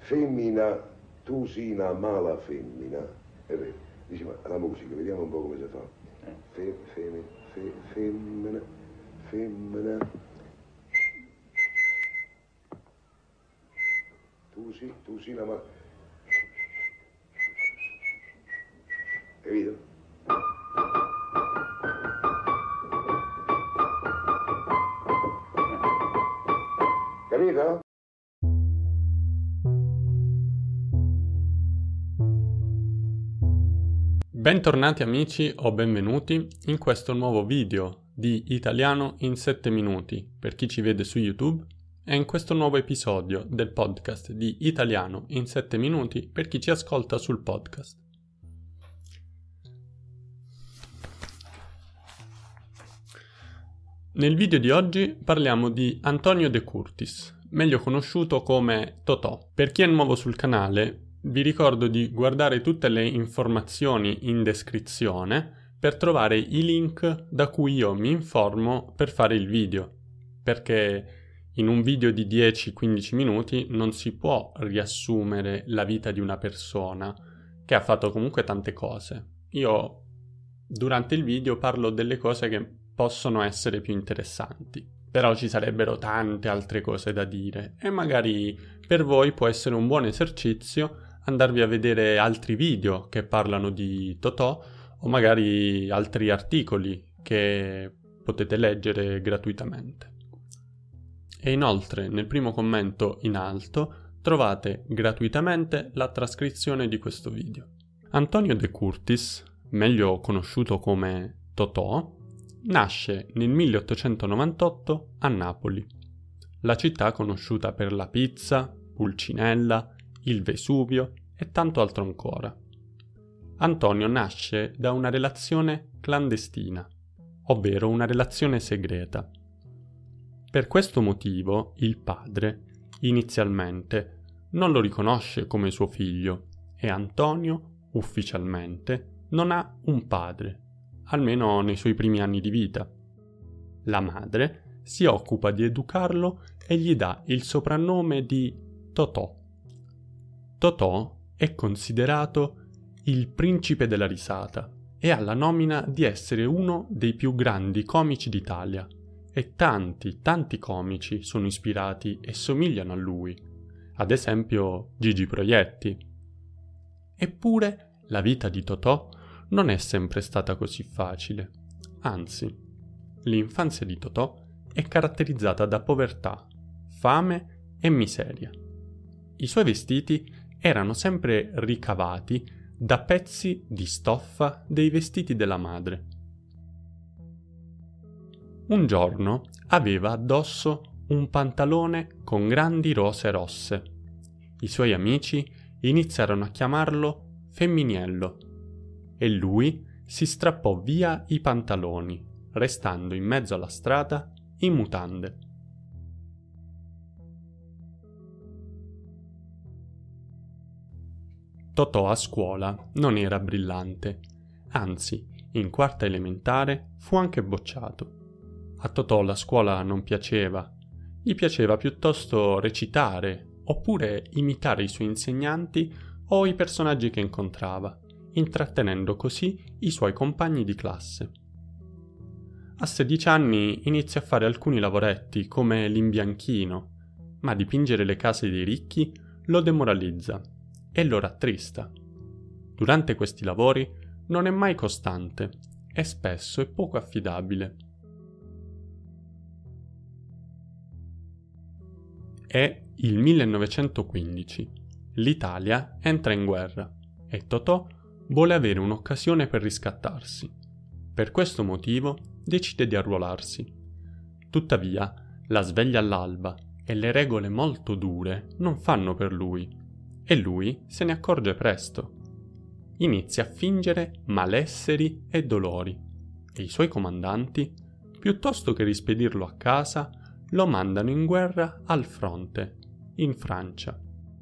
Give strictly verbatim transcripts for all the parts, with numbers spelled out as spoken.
femmina, tu sei una mala femmina. È vero. Dici, ma la musica, vediamo un po' come si fa. Fe, femmina, fe, femmina, femmina. Tu sei, tu sei una mala... Capito? Capito? Bentornati amici o benvenuti in questo nuovo video di Italiano in sette minuti per chi ci vede su YouTube e in questo nuovo episodio del podcast di Italiano in sette minuti per chi ci ascolta sul podcast. Nel video di oggi parliamo di Antonio De Curtis, meglio conosciuto come Totò. Per chi è nuovo sul canale, vi ricordo di guardare tutte le informazioni in descrizione per trovare i link da cui io mi informo per fare il video, perché in un video di dieci quindici minuti non si può riassumere la vita di una persona che ha fatto comunque tante cose. Io durante il video parlo delle cose che possono essere più interessanti, però ci sarebbero tante altre cose da dire e magari per voi può essere un buon esercizio andarvi a vedere altri video che parlano di Totò o magari altri articoli che potete leggere gratuitamente. E inoltre nel primo commento in alto trovate gratuitamente la trascrizione di questo video. Antonio De Curtis, meglio conosciuto come Totò, nasce nel milleottocentonovantotto a Napoli, la città conosciuta per la pizza, Pulcinella, il Vesuvio e tanto altro ancora. Antonio nasce da una relazione clandestina, ovvero una relazione segreta. Per questo motivo il padre, inizialmente, non lo riconosce come suo figlio e Antonio, ufficialmente, non ha un padre, almeno nei suoi primi anni di vita. La madre si occupa di educarlo e gli dà il soprannome di Totò. Totò è considerato il principe della risata e ha la nomina di essere uno dei più grandi comici d'Italia e tanti, tanti comici sono ispirati e somigliano a lui, ad esempio Gigi Proietti. Eppure la vita di Totò non è sempre stata così facile, anzi, l'infanzia di Totò è caratterizzata da povertà, fame e miseria. I suoi vestiti erano sempre ricavati da pezzi di stoffa dei vestiti della madre. Un giorno aveva addosso un pantalone con grandi rose rosse. I suoi amici iniziarono a chiamarlo Femminiello e lui si strappò via i pantaloni, restando in mezzo alla strada in mutande. Totò a scuola non era brillante, anzi, in quarta elementare fu anche bocciato. A Totò la scuola non piaceva, gli piaceva piuttosto recitare oppure imitare i suoi insegnanti o i personaggi che incontrava, intrattenendo così i suoi compagni di classe. A sedici anni inizia a fare alcuni lavoretti come l'imbianchino, ma dipingere le case dei ricchi lo demoralizza e lo rattrista. Durante questi lavori non è mai costante e spesso è poco affidabile. È il millenovecentoquindici. L'Italia entra in guerra e Totò vuole avere un'occasione per riscattarsi. Per questo motivo decide di arruolarsi. Tuttavia, la sveglia all'alba e le regole molto dure non fanno per lui. E lui se ne accorge presto. Inizia a fingere malesseri e dolori e i suoi comandanti, piuttosto che rispedirlo a casa, lo mandano in guerra al fronte, in Francia.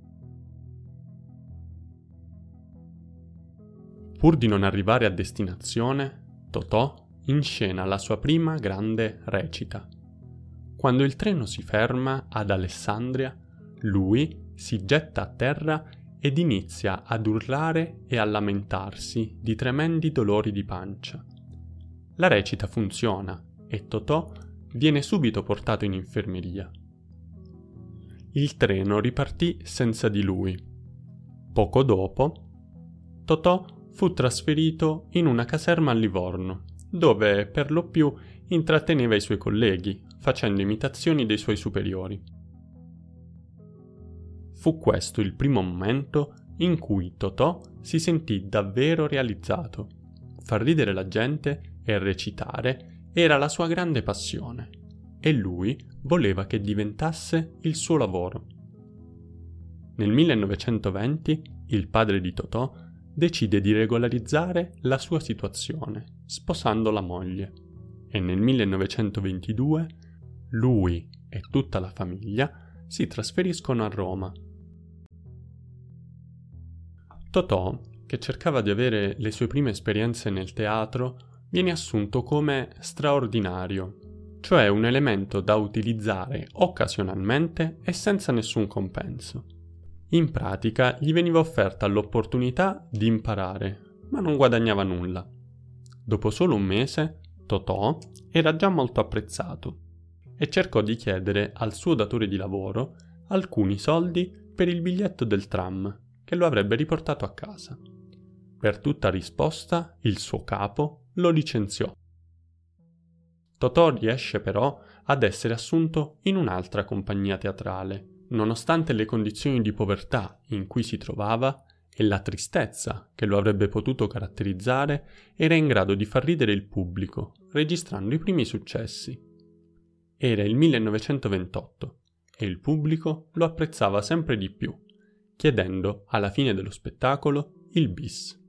Pur di non arrivare a destinazione, Totò inscena la sua prima grande recita. Quando il treno si ferma ad Alessandria, lui si getta a terra ed inizia ad urlare e a lamentarsi di tremendi dolori di pancia. La recita funziona e Totò viene subito portato in infermeria. Il treno ripartì senza di lui. Poco dopo, Totò fu trasferito in una caserma a Livorno, dove per lo più intratteneva i suoi colleghi, facendo imitazioni dei suoi superiori. Fu questo il primo momento in cui Totò si sentì davvero realizzato. Far ridere la gente e recitare era la sua grande passione e lui voleva che diventasse il suo lavoro. Nel millenovecentoventi il padre di Totò decide di regolarizzare la sua situazione, sposando la moglie, e nel millenovecentoventidue lui e tutta la famiglia si trasferiscono a Roma. Totò, che cercava di avere le sue prime esperienze nel teatro, viene assunto come straordinario, cioè un elemento da utilizzare occasionalmente e senza nessun compenso. In pratica gli veniva offerta l'opportunità di imparare, ma non guadagnava nulla. Dopo solo un mese, Totò era già molto apprezzato e cercò di chiedere al suo datore di lavoro alcuni soldi per il biglietto del tram che lo avrebbe riportato a casa. Per tutta risposta, il suo capo lo licenziò. Totò riesce però ad essere assunto in un'altra compagnia teatrale, nonostante le condizioni di povertà in cui si trovava e la tristezza che lo avrebbe potuto caratterizzare, era in grado di far ridere il pubblico, registrando i primi successi. Era il millenovecentoventotto e il pubblico lo apprezzava sempre di più, chiedendo alla fine dello spettacolo il bis.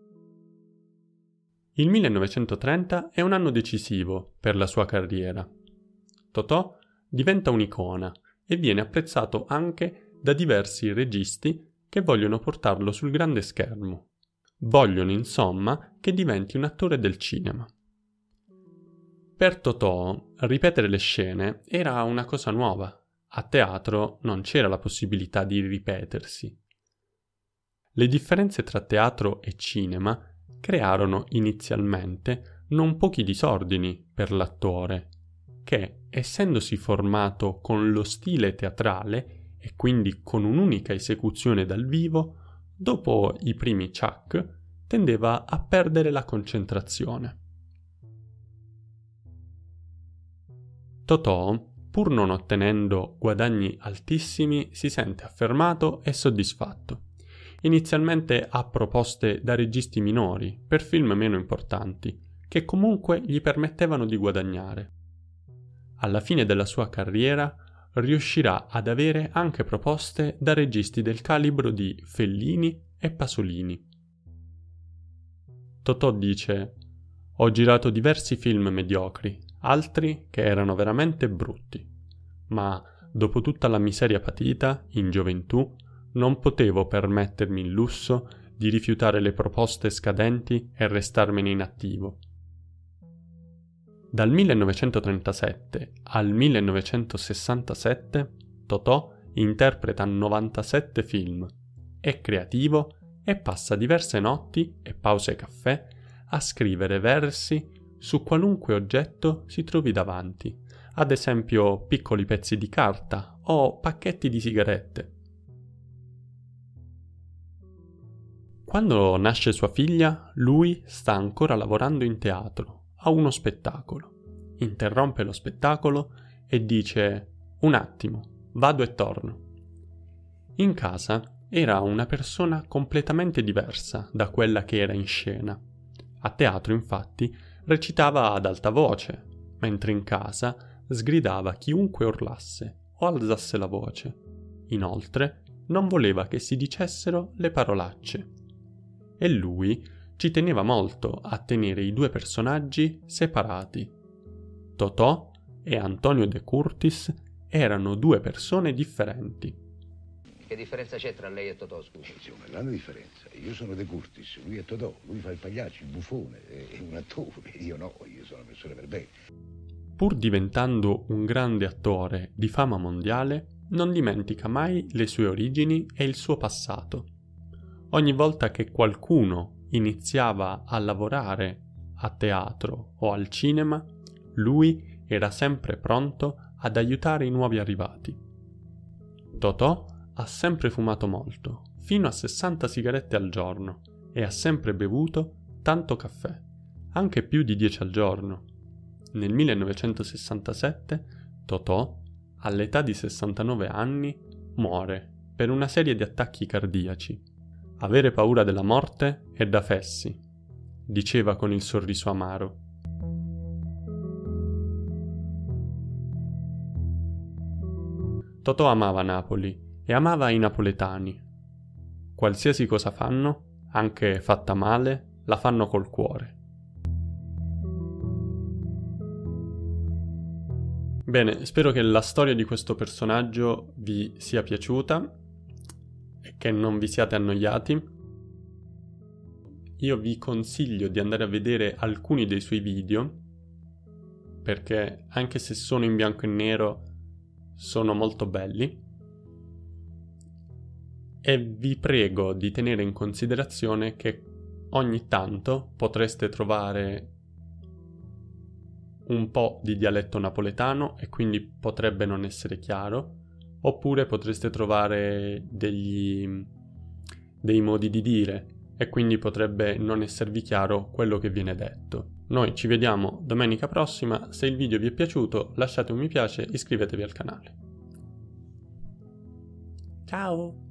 Il millenovecentotrenta è un anno decisivo per la sua carriera. Totò diventa un'icona e viene apprezzato anche da diversi registi che vogliono portarlo sul grande schermo. Vogliono, insomma, che diventi un attore del cinema. Per Totò, ripetere le scene era una cosa nuova. A teatro non c'era la possibilità di ripetersi. Le differenze tra teatro e cinema crearono inizialmente non pochi disordini per l'attore, che, essendosi formato con lo stile teatrale e quindi con un'unica esecuzione dal vivo, dopo i primi ciak tendeva a perdere la concentrazione. Totò, pur non ottenendo guadagni altissimi, si sente affermato e soddisfatto. Inizialmente ha proposte da registi minori, per film meno importanti, che comunque gli permettevano di guadagnare. Alla fine della sua carriera riuscirà ad avere anche proposte da registi del calibro di Fellini e Pasolini. Totò dice: «Ho girato diversi film mediocri, altri che erano veramente brutti, ma dopo tutta la miseria patita in gioventù non potevo permettermi il lusso di rifiutare le proposte scadenti e restarmene in attivo». Dal millenovecentotrentasette al millenovecentosessantasette Totò interpreta novantasette film, è creativo e passa diverse notti e pause caffè a scrivere versi su qualunque oggetto si trovi davanti, ad esempio piccoli pezzi di carta o pacchetti di sigarette. Quando nasce sua figlia, lui sta ancora lavorando in teatro, a uno spettacolo. Interrompe lo spettacolo e dice: «Un attimo, vado e torno». In casa era una persona completamente diversa da quella che era in scena. A teatro, infatti, recitava ad alta voce, mentre in casa sgridava chiunque urlasse o alzasse la voce. Inoltre, non voleva che si dicessero le parolacce. E lui ci teneva molto a tenere i due personaggi separati. Totò e Antonio De Curtis erano due persone differenti. Che differenza c'è tra lei e Totò, scusi? C'è una grande differenza. Io sono De Curtis, lui è Totò, lui fa il pagliaccio, il buffone, è un attore, io no, io sono una persona per bene. Pur diventando un grande attore di fama mondiale, non dimentica mai le sue origini e il suo passato. Ogni volta che qualcuno iniziava a lavorare a teatro o al cinema, lui era sempre pronto ad aiutare i nuovi arrivati. Totò ha sempre fumato molto, fino a sessanta sigarette al giorno, e ha sempre bevuto tanto caffè, anche più di dieci al giorno. Nel millenovecentosessantasette Totò, all'età di sessantanove anni, muore per una serie di attacchi cardiaci. Avere paura della morte è da fessi, diceva con il sorriso amaro. Totò amava Napoli e amava i napoletani. Qualsiasi cosa fanno, anche fatta male, la fanno col cuore. Bene, spero che la storia di questo personaggio vi sia piaciuta e che non vi siate annoiati. Io vi consiglio di andare a vedere alcuni dei suoi video, perché anche se sono in bianco e nero, sono molto belli. E vi prego di tenere in considerazione che ogni tanto potreste trovare un po' di dialetto napoletano e quindi potrebbe non essere chiaro, oppure potreste trovare degli, dei modi di dire e quindi potrebbe non esservi chiaro quello che viene detto. Noi ci vediamo domenica prossima. Se il video vi è piaciuto, lasciate un mi piace e iscrivetevi al canale. Ciao!